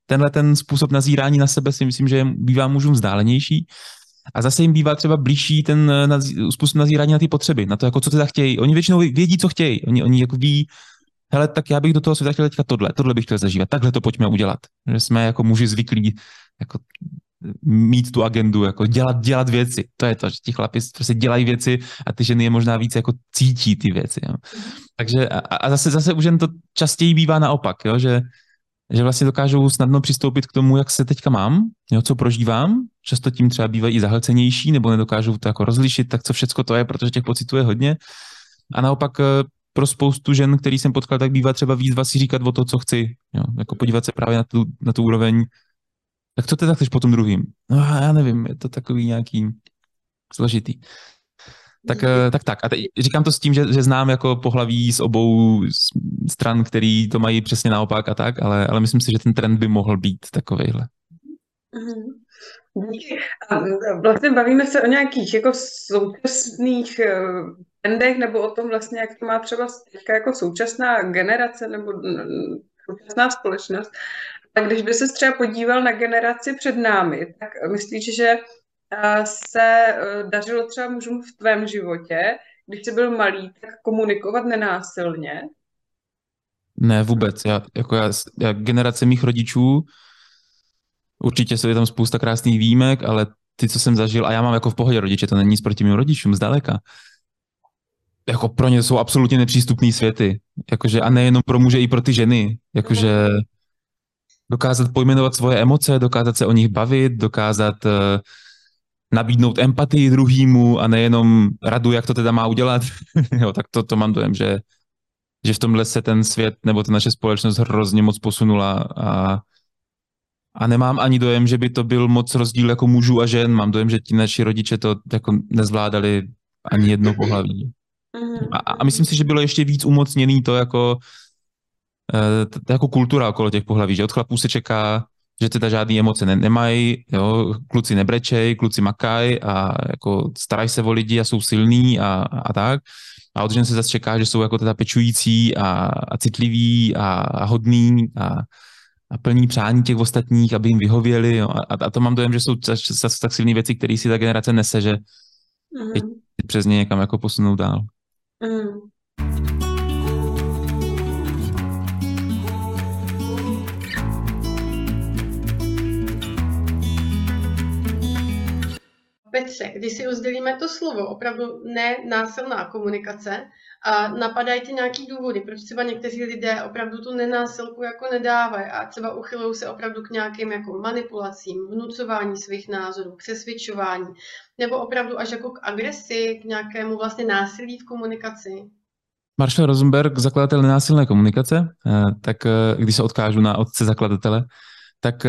tenhle ten způsob nazírání na sebe si myslím, že bývá mužům vzdálenější. A zase jim bývá třeba blížší ten způsob nazírání na ty potřeby, na to, jako co teda chtějí. Oni většinou vědí, co chtějí. Oni, oni jako ví, hele, tak já bych do toho světa chtěl teďka tohle, tohle bych chtěl zažívat, takhle to pojďme udělat. Že jsme jako muži zvyklí jako mít tu agendu, jako dělat, dělat věci. To je to, že ti chlapi prostě dělají věci a ty ženy je možná víc jako cítí ty věci. Jo. Takže a, a zase, zase u žen to častěji bývá naopak, jo, že že vlastně dokážou snadno přistoupit k tomu, jak se teďka mám, jo, co prožívám, často tím třeba bývají i zahlcenější, nebo nedokážou to jako rozlišit, tak co všecko to je, protože těch pocitů je hodně. A naopak pro spoustu žen, který jsem potkal, tak bývá třeba výzva si říkat o to, co chci, jo, jako podívat se právě na tu, na tu úroveň, tak co teda chceš po tom druhým? No já nevím, je to takový nějaký složitý. Tak, tak, tak. A teď říkám to s tím, že, že znám jako pohlaví z obou stran, který to mají přesně naopak a tak, ale, ale myslím si, že ten trend by mohl být takovejhle. Díky. A vlastně bavíme se o nějakých jako současných trendech nebo o tom vlastně, jak to má třeba teďka jako současná generace nebo současná společnost. A když by se třeba podíval na generaci před námi, tak myslíš, že se dařilo třeba mužům v tvém životě, když jsi byl malý, tak komunikovat nenásilně? Ne, vůbec. Já, jako já, já generace mých rodičů, určitě jsou tam spousta krásných výjimek, ale ty, co jsem zažil, a já mám jako v pohodě rodiče, to není nic proti mým rodičům, zdaleka. Jako pro ně jsou absolutně nepřístupný světy. Jakože, a nejenom pro muže, i pro ty ženy. Jakože dokázat pojmenovat svoje emoce, dokázat se o nich bavit, dokázat uh, nabídnout empatii druhýmu a nejenom radu, jak to teda má udělat. Jo, tak to, to mám dojem, že, že v tomhle se ten svět nebo ta naše společnost hrozně moc posunula a, a nemám ani dojem, že by to byl moc rozdíl jako mužů a žen. Mám dojem, že ti naši rodiče to jako nezvládali ani jedno pohlaví. A, a myslím si, že bylo ještě víc umocněný to jako, to jako kultura okolo těch pohlaví, že od chlapů se čeká, že teda žádný emoce ne- nemají, jo, kluci nebrečej, kluci makají a jako starají se o lidi a jsou silní a, a tak. A od žen se zase čeká, že jsou jako teda pečující a, a citliví a, a hodný a, a plní přání těch ostatních, aby jim vyhověli. Jo. A, a to mám dojem, že jsou zase tak silné věci, které si ta generace nese, že mm. přes ně někam jako posunou dál. Mm. Petře, když si rozdělíme to slovo, opravdu nenásilná komunikace, a napadají ti nějaký důvody, proč třeba někteří lidé opravdu tu nenásilku jako nedávají a třeba uchylují se opravdu k nějakým jako manipulacím, vnucování svých názorů, přesvědčování, nebo opravdu až jako k agresi, k nějakému vlastně násilí v komunikaci? Marshall Rosenberg, zakladatel nenásilné komunikace, tak když se odkážu na otce zakladatele, tak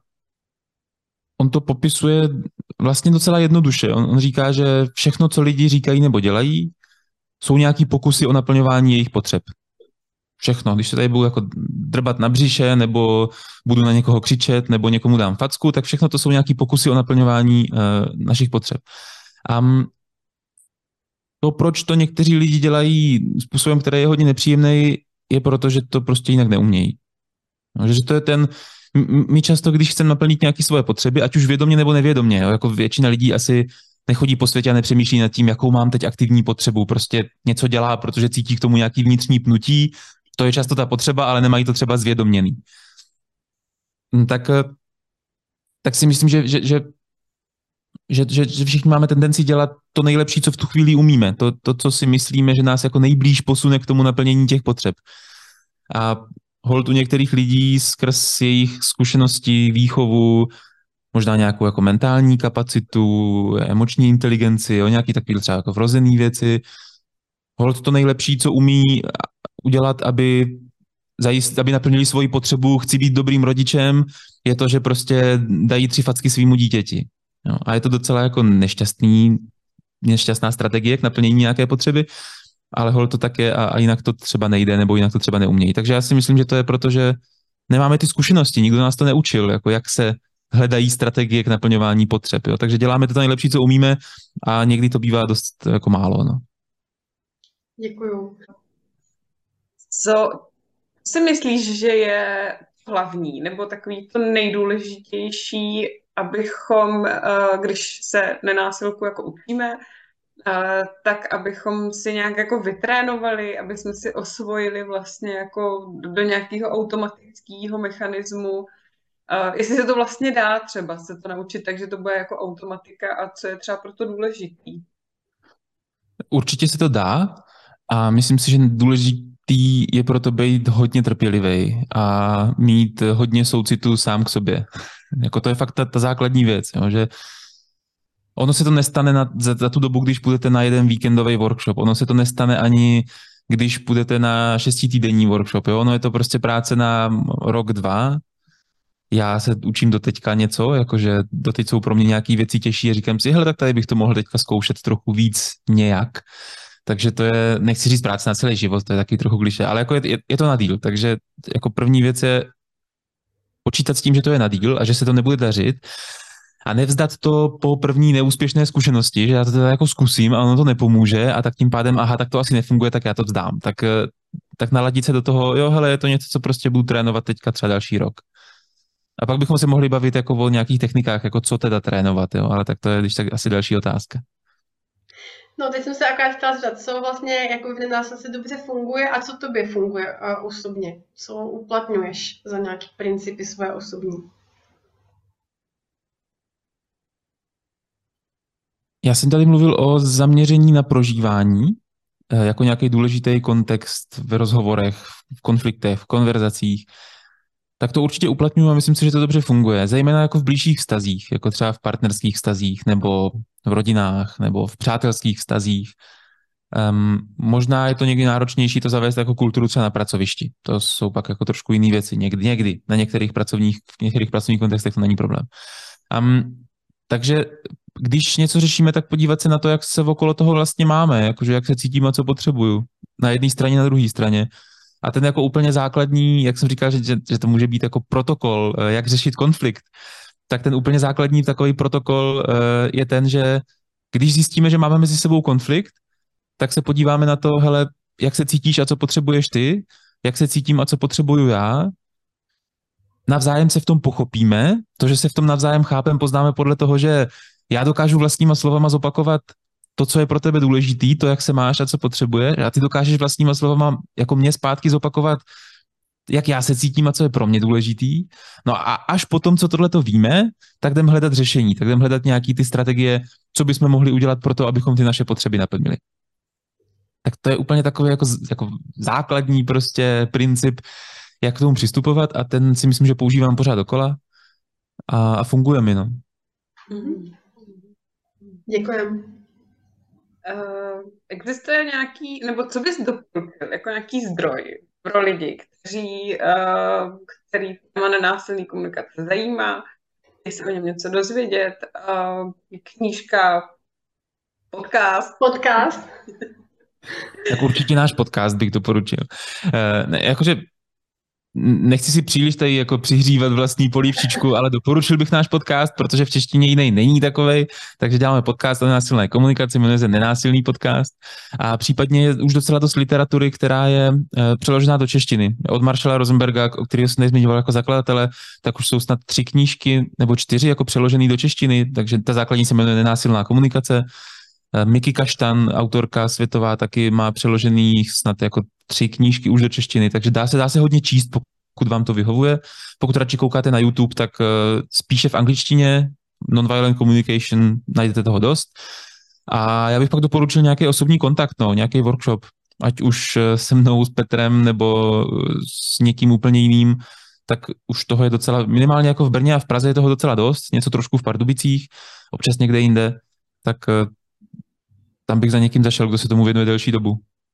on to popisuje vlastně docela jednoduše. On, on říká, že všechno, co lidi říkají nebo dělají, jsou nějaký pokusy o naplňování jejich potřeb. Všechno. Když se tady budu jako drbat na břiše, nebo budu na někoho křičet, nebo někomu dám facku, tak všechno to jsou nějaký pokusy o naplňování uh, našich potřeb. A to, proč to někteří lidi dělají způsobem, který je hodně nepříjemný, je proto, že to prostě jinak neumějí. No, že to je ten My často, když chceme naplnit nějaké svoje potřeby, ať už vědomě nebo nevědomě, jo, jako většina lidí asi nechodí po světě a nepřemýšlí nad tím, jakou mám teď aktivní potřebu. Prostě něco dělá, protože cítí k tomu nějaký vnitřní pnutí. To je často ta potřeba, ale nemají to třeba zvědoměný. Tak, tak si myslím, že, že, že, že, že, že všichni máme tendenci dělat to nejlepší, co v tu chvíli umíme. To, to, co si myslíme, že nás jako nejblíž posune k tomu naplnění těch potřeb. A holt u některých lidí skrz jejich zkušenosti, výchovu, možná nějakou jako mentální kapacitu, emoční inteligenci, jo, nějaký takový třeba jako vrozený věci. Holt to nejlepší, co umí udělat, aby, zajist, aby naplnili svoji potřebu, chci být dobrým rodičem, je to, že prostě dají tři facky svýmu dítěti. Jo, a je to docela jako nešťastný, nešťastná strategie k naplnění nějaké potřeby, ale hol to tak je a, a jinak to třeba nejde, nebo jinak to třeba neumějí. Takže já si myslím, že to je proto, že nemáme ty zkušenosti, nikdo nás to neučil, jako jak se hledají strategie k naplňování potřeb. Jo. Takže děláme to nejlepší, co umíme a někdy to bývá dost jako málo. No. Děkuju. Co si myslíš, že je hlavní nebo takový to nejdůležitější, abychom, když se nenásilku jako učíme, tak abychom si nějak jako vytrénovali, aby jsme si osvojili vlastně jako do nějakého automatického mechanismu. Jestli se to vlastně dá třeba se to naučit, takže to bude jako automatika a co je třeba pro to důležitý. Určitě se to dá a myslím si, že důležitý je proto být hodně trpělivý a mít hodně soucitu sám k sobě. Jako to je fakt ta, ta základní věc, jo, že ono se to nestane na, za, za tu dobu, když půjdete na jeden víkendový workshop. Ono se to nestane ani, když půjdete na šestitýdenní workshop. Jo? Ono je to prostě práce na rok, dva. Já se učím doteďka něco, jakože doteď jsou pro mě nějaké věci těžší a říkám si, hele, tak tady bych to mohl teďka zkoušet trochu víc nějak. Takže to je, nechci říct práce na celý život, to je taky trochu klišé, ale jako je, je, je to na díl. Takže jako první věc je počítat s tím, že to je na díl a že se to nebude dařit. A nevzdat to po první neúspěšné zkušenosti, že já to teda jako zkusím a ono to nepomůže a tak tím pádem, aha, tak to asi nefunguje, tak já to vzdám. Tak, tak naladit se do toho, jo, hele, je to něco, co prostě budu trénovat teďka třeba další rok. A pak bychom se mohli bavit jako o nějakých technikách, jako co teda trénovat, jo, ale tak to je když tak asi další otázka. No, teď jsem se akorát chtěla zeptat, co vlastně jako v nenásilí dobře funguje a co tobě funguje uh, osobně? Co uplatňuješ za nějaké principy svoje osobní? Já jsem tady mluvil o zaměření na prožívání, jako nějaký důležitý kontext v rozhovorech, v konfliktech, v konverzacích. Tak to určitě uplatňuji a myslím si, že to dobře funguje. Zejména jako v blížších vztazích, jako třeba v partnerských vztazích, nebo v rodinách, nebo v přátelských vztazích. Um, možná je to někdy náročnější to zavést jako kulturu třeba na pracovišti. To jsou pak jako trošku jiné věci. Někdy, někdy na některých pracovních, v některých pracovních kontextech to není problém. Um, takže když něco řešíme, tak podívat se na to, jak se okolo toho vlastně máme, jakože jak se cítím a co potřebuju. Na jedné straně, na druhé straně. A ten jako úplně základní, jak jsem říkal, že, že to může být jako protokol, jak řešit konflikt, tak ten úplně základní takový protokol je ten, že když zjistíme, že máme mezi sebou konflikt, tak se podíváme na to, hele, jak se cítíš a co potřebuješ ty, jak se cítím a co potřebuju já. Navzájem se v tom pochopíme, to, že se v tom navzájem chápem, poznáme podle toho, že já dokážu vlastníma slovama zopakovat to, co je pro tebe důležitý, to, jak se máš a co potřebuješ, a ty dokážeš vlastníma slovama jako mě zpátky zopakovat, jak já se cítím a co je pro mě důležitý. No a až potom, co tohleto víme, tak jdem hledat řešení, tak jdem hledat nějaký ty strategie, co bychom mohli udělat pro to, abychom ty naše potřeby naplnili. Tak to je úplně takový jako, jako základní prostě princip, jak k tomu přistupovat a ten si myslím, že používám pořád dokola a, a funguje mi, no. Mm-hmm. Děkujem. Uh, existuje nějaký, nebo co bys doporučil, jako nějaký zdroj pro lidi, kteří, uh, který téma nenásilný komunikace zajímá, chtějí se o něm něco dozvědět, uh, knížka, podcast. Podcast. Tak určitě náš podcast bych doporučil. Uh, ne, jakože nechci si příliš tady jako přihřívat vlastní polívčičku, ale doporučil bych náš podcast, protože v češtině jiný není takovej, takže děláme podcast o nenásilné komunikaci, jmenuje se Nenásilný podcast a případně je už docela dost literatury, která je e, přeložená do češtiny. Od Marshalla Rosenberga, o kterého jsem nezmiňoval jako zakladatele, tak už jsou snad tři knížky nebo čtyři jako přeložený do češtiny, takže ta základní se jmenuje Nenásilná komunikace. E, Miki Kaštan, autorka světová, taky má přeložený snad jako tři knížky už do češtiny, takže dá se, dá se hodně číst, pokud vám to vyhovuje. Pokud radši koukáte na YouTube, tak uh, spíše v angličtině, Nonviolent Communication, najdete toho dost. A já bych pak doporučil nějaký osobní kontakt, no, nějaký workshop, ať už se mnou, s Petrem, nebo s někým úplně jiným, tak už toho je docela, minimálně jako v Brně a v Praze je toho docela dost, něco trošku v Pardubicích, občas někde jinde, tak uh, tam bych za někým zašel, kdo se tomu věnuje delší dobu.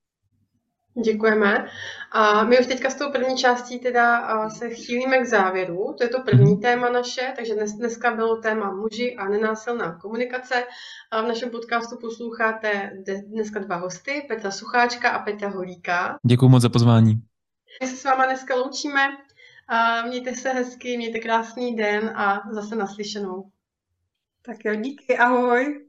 Děkujeme. A my už teďka s tou první částí teda se chýlíme k závěru. To je to první téma naše, takže dnes, dneska bylo téma muži a nenásilná komunikace. A v našem podcastu posloucháte dneska dva hosty, Petra Sucháčka a Petra Holíka. Děkuji moc za pozvání. My se s váma dneska loučíme. A mějte se hezky, mějte krásný den a zase naslyšenou. Tak jo, díky, ahoj.